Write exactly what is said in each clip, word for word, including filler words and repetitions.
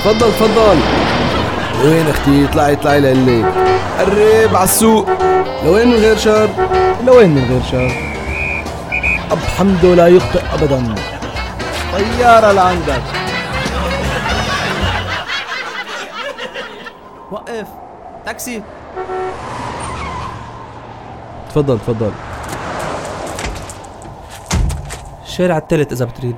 تفضل تفضل. لوين اختي؟ طلعي طلعي لقلي. قرب عالسوق. لوين من غير شر؟ لوين من غير شر؟ أب حمده لا يخطئ أبدا. طيارة لعندك. وقف تاكسي. تفضل تفضل. الشارع الثالث إذا بتريد.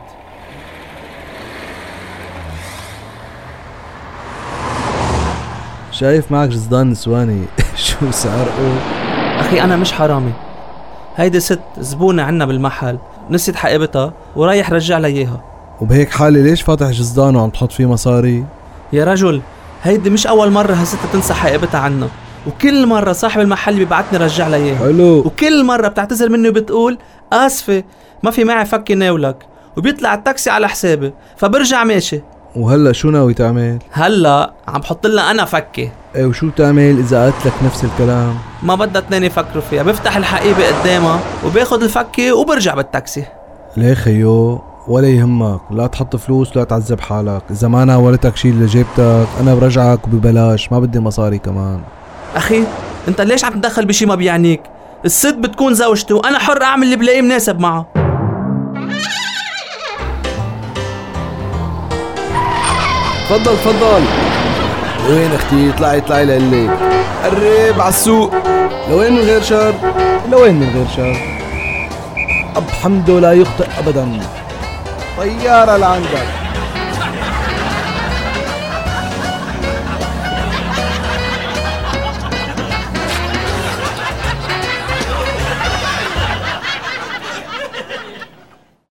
شايف معك جزدان نسواني. شو سعره؟ أخي أنا مش حرامي. هيدي ست زبونة عنا بالمحل نسيت حقيبتها ورايح رجع لي إياها. وبهيك حالي ليش فاتح جزدان وعم تحط فيه مصاري؟ يا رجل هيدي مش أول مرة هالست تنسى حقيبتها عنا، وكل مرة صاحب المحل بيبعتني رجع لي إياها. حلو. وكل مرة بتعتذر مني وبتقول آسفة ما في معي فكي ناولك، وبيطلع التاكسي على حسابي فبرجع ماشي. وهلا شو ناوي تعمل؟ هلا عم بحط لها انا فكه. ايه وشو تعمل اذا قالت لك نفس الكلام؟ ما بدها اثنين يفكروا فيها، بفتح الحقيبه قدامها وباخد الفكه وبرجع بالتاكسي. ليه خيو؟ ولا يهمك، لا تحط فلوس ولا تعذب حالك. اذا ما ناولتك شي اللي جيبتك انا برجعك وببلاش، ما بدي مصاري كمان. اخي انت ليش عم تدخل بشي ما بيعنيك؟ الست بتكون زوجتي وانا حر اعمل اللي بلاقيه مناسب معها. تفضل تفضل. وين اختي؟ طلعي طلعي لقلي. قرب عالسوق. لوين من غير شر؟ لوين من غير شر؟ أب حمده لا يخطئ أبدا. طيارة لعندك.